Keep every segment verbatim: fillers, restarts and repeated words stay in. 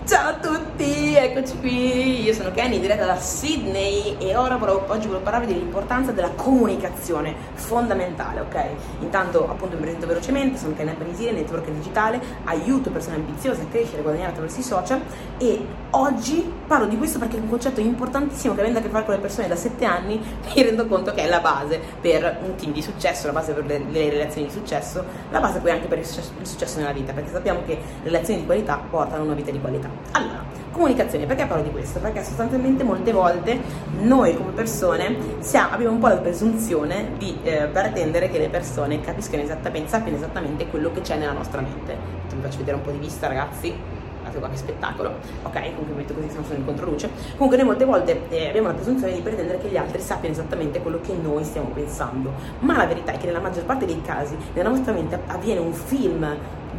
Ciao a tutti, eccoci qui, io sono Kenny, diretta da Sydney e ora volevo, oggi volevo parlarvi dell'importanza della comunicazione fondamentale, ok? Intanto appunto mi presento velocemente, sono Kenny Appanisile, network digitale, aiuto persone ambiziose a crescere e guadagnare attraverso i social e oggi parlo di questo perché è un concetto importantissimo che avendo a che fare con le persone da sette anni mi rendo conto che è la base per un team di successo, la base per le, le relazioni di successo, la base poi anche per il successo, il successo nella vita, perché sappiamo che le relazioni di qualità portano a una vita di qualità. Allora, comunicazione, perché parlo di questo? Perché sostanzialmente molte volte noi come persone siamo, abbiamo un po' la presunzione di eh, pretendere che le persone capiscano esattamente, sappiano esattamente quello che c'è nella nostra mente. Vi faccio vedere un po' di vista, ragazzi. Guardate qua che spettacolo, ok? Comunque mi metto così, se non sono in controluce. Comunque noi molte volte eh, abbiamo la presunzione di pretendere che gli altri sappiano esattamente quello che noi stiamo pensando, ma la verità è che nella maggior parte dei casi nella nostra mente avviene un film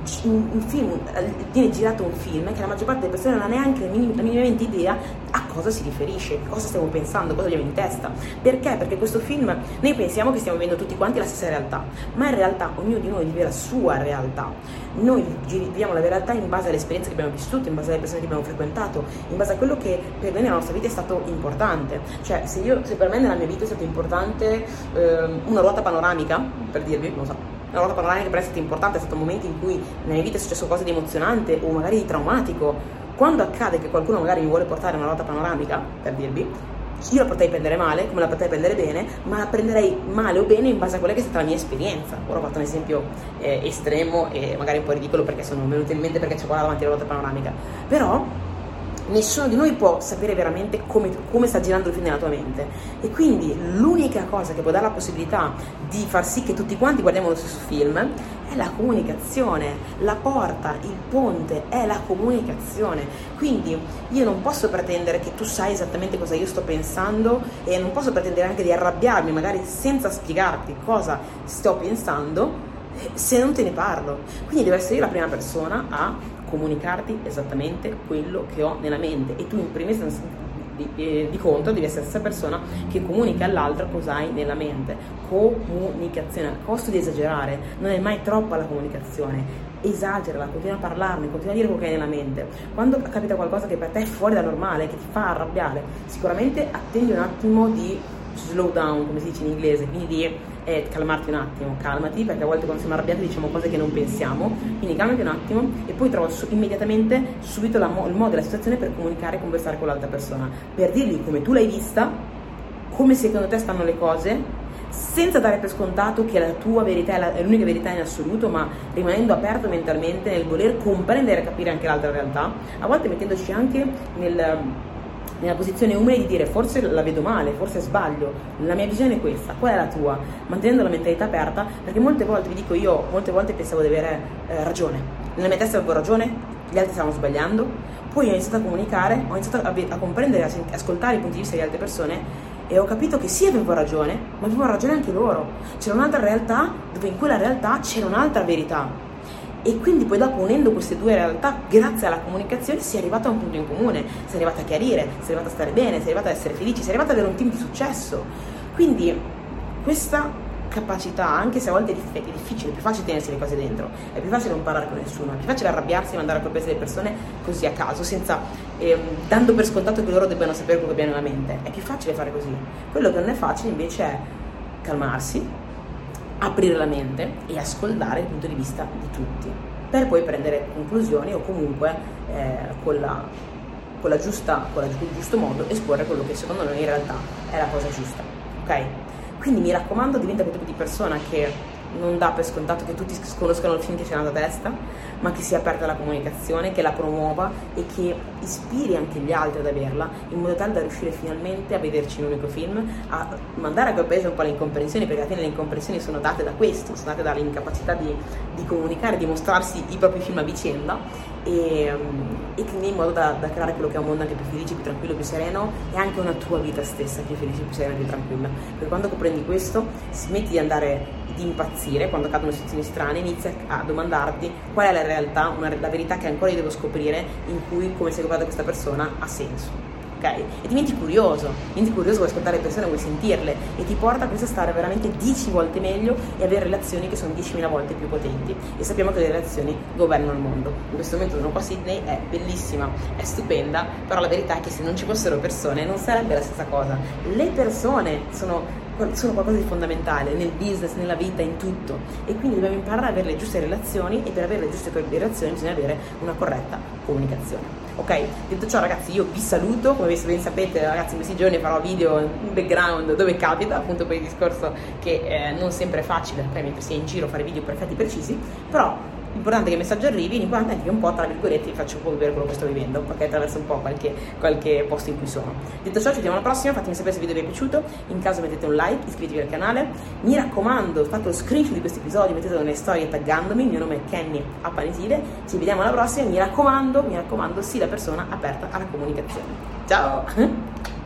un film, viene girato un film che la maggior parte delle persone non ha neanche minimamente idea a cosa si riferisce, cosa stiamo pensando, cosa abbiamo in testa. Perché? Perché questo film, noi pensiamo che stiamo vivendo tutti quanti la stessa realtà, ma in realtà ognuno di noi vive la sua realtà. Noi viviamo la realtà in base alle esperienze che abbiamo vissuto, in base alle persone che abbiamo frequentato, in base a quello che per noi nella nostra vita è stato importante. Cioè, se, io, se per me nella mia vita è stato importante eh, una ruota panoramica, per dirvi, non so, una ruota panoramica per me è stata importante, è stato un momento in cui nella mia vita è successo qualcosa di emozionante o magari di traumatico. Quando accade che qualcuno magari mi vuole portare una ruota panoramica, per dirvi, io la potrei prendere male, come la potrei prendere bene, ma la prenderei male o bene in base a quella che è stata la mia esperienza. Ora ho fatto un esempio eh, estremo e magari un po' ridicolo perché sono venuto in mente perché c'è qua davanti la ruota panoramica, però nessuno di noi può sapere veramente come, come sta girando il film nella tua mente, e quindi l'unica cosa che può dare la possibilità di far sì che tutti quanti guardiamo lo stesso film è la comunicazione. La porta, il ponte è la comunicazione. Quindi io non posso pretendere che tu sai esattamente cosa io sto pensando e non posso pretendere anche di arrabbiarmi magari senza spiegarti cosa sto pensando se non te ne parlo. Quindi devo essere io la prima persona a comunicarti esattamente quello che ho nella mente, e tu in primis di, eh, di conto devi essere la stessa persona che comunica all'altro cosa hai nella mente. Comunicazione, a costo di esagerare, non è mai troppa la comunicazione, esagerala, continua a parlarne, continua a dire quello che hai nella mente. Quando capita qualcosa che per te è fuori da normale, che ti fa arrabbiare, sicuramente attendi un attimo di slow down, come si dice in inglese, quindi di eh, calmarti un attimo, calmati, perché a volte quando siamo arrabbiati diciamo cose che non pensiamo, quindi calmati un attimo e poi trova su, immediatamente subito la, il modo e la situazione per comunicare e conversare con l'altra persona, per dirgli come tu l'hai vista, come secondo te stanno le cose, senza dare per scontato che la tua verità è, la, è l'unica verità in assoluto, ma rimanendo aperto mentalmente nel voler comprendere e capire anche l'altra realtà, a volte mettendoci anche nel nella posizione umile di dire forse la vedo male, forse sbaglio, la mia visione è questa, qual è la tua? Mantenendo la mentalità aperta, perché molte volte, vi dico io, molte volte pensavo di avere eh, ragione, nella mia testa avevo ragione, gli altri stavano sbagliando, poi ho iniziato a comunicare, ho iniziato a, a comprendere, a sent- ascoltare i punti di vista di altre persone e ho capito che sì, avevo ragione, ma avevano ragione anche loro. C'era un'altra realtà dove in quella realtà c'era un'altra verità. E quindi poi dopo, unendo queste due realtà, grazie alla comunicazione, si è arrivato a un punto in comune, si è arrivato a chiarire, si è arrivato a stare bene, si è arrivato ad essere felici, si è arrivato ad avere un team di successo. Quindi questa capacità, anche se a volte è difficile, è più facile tenersi le cose dentro, è più facile non parlare con nessuno, è più facile arrabbiarsi e mandare a colpire le persone così a caso, senza ehm, dando per scontato che loro debbano sapere quello che abbiamo nella mente. È più facile fare così. Quello che non è facile invece è calmarsi, aprire la mente e ascoltare il punto di vista di tutti, per poi prendere conclusioni o comunque eh, con, la, con, la giusta, con la, il giusto modo esporre quello che secondo noi in realtà è la cosa giusta, ok? Quindi mi raccomando, diventa quel tipo di persona che non dà per scontato che tutti conoscano il film che c'è nella testa, ma che sia aperta alla comunicazione, che la promuova e che ispiri anche gli altri ad averla, in modo tale da riuscire finalmente a vederci in un unico film, a mandare a quel paese un po' le incomprensioni, perché alla fine le incomprensioni sono date da questo, sono date dall'incapacità di, di comunicare, di mostrarsi i propri film a vicenda, e, e quindi in modo da, da creare quello che è un mondo anche più felice, più tranquillo, più sereno, e anche una tua vita stessa più felice, più serena, più tranquilla. Perché quando comprendi questo, smetti di andare di impazzire quando accadono situazioni strane, inizia a domandarti qual è la realtà, una, la verità che ancora io devo scoprire, in cui come si è comportata questa persona ha senso. ok? E diventi curioso, diventi curioso, vuoi ascoltare le persone, vuoi sentirle, e ti porta a questo a stare veramente dieci volte meglio e avere relazioni che sono diecimila volte più potenti. E sappiamo che le relazioni governano il mondo. In questo momento sono qua a Sydney, è bellissima, è stupenda, però la verità è che se non ci fossero persone non sarebbe la stessa cosa. Le persone sono sono qualcosa di fondamentale nel business, nella vita, in tutto, e quindi dobbiamo imparare ad avere le giuste relazioni, e per avere le giuste relazioni bisogna avere una corretta comunicazione, ok? Detto ciò, ragazzi, io vi saluto. Come ben sapete, ragazzi, in questi giorni farò video in background dove capita, appunto per il discorso che eh, non sempre è facile, okay, mentre si è in giro fare video perfetti e precisi, però l'importante è che il messaggio arrivi, l'importante è che un po', tra virgolette, vi faccio un po' vedere quello che sto vivendo, perché attraverso un po' qualche, qualche posto in cui sono. Detto ciò, ci vediamo alla prossima, fatemi sapere se il video vi è piaciuto, in caso mettete un like, iscrivetevi al canale, mi raccomando, fate lo screenshot di questo episodio, mettetelo nelle storie taggandomi, il mio nome è Kenny Appanisile, ci vediamo alla prossima, mi raccomando, mi raccomando, sii la persona aperta alla comunicazione. Ciao!